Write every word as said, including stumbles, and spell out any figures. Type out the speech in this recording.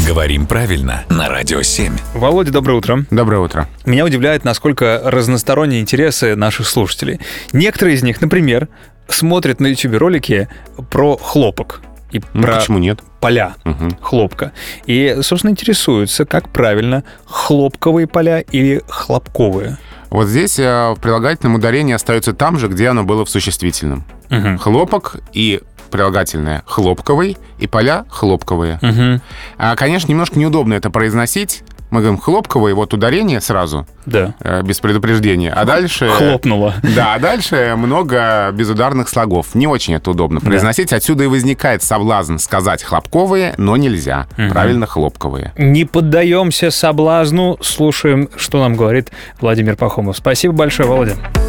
Говорим правильно на Радио семь. Володя, доброе утро. Доброе утро. Меня удивляет, насколько разносторонние интересы наших слушателей. Некоторые из них, например, смотрят на YouTube ролики про хлопок. И ну, про почему нет? Поля угу. хлопка. И, собственно, интересуются, как правильно, хлопковые поля или хлопковые. Вот здесь в прилагательном ударение остается там же, где оно было в существительном. Угу. Хлопок и прилагательное хлопковый, и поля хлопковые. Угу. А, конечно, немножко неудобно это произносить. Мы говорим хлопковые, вот ударение сразу, да. э, без предупреждения. А дальше... Хлопнуло. Да, а дальше много безударных слогов. Не очень это удобно произносить. Да. Отсюда и возникает соблазн сказать хлопковые, но нельзя. Угу. Правильно, хлопковые. Не поддаемся соблазну. Слушаем, что нам говорит Владимир Пахомов. Спасибо большое, Володя.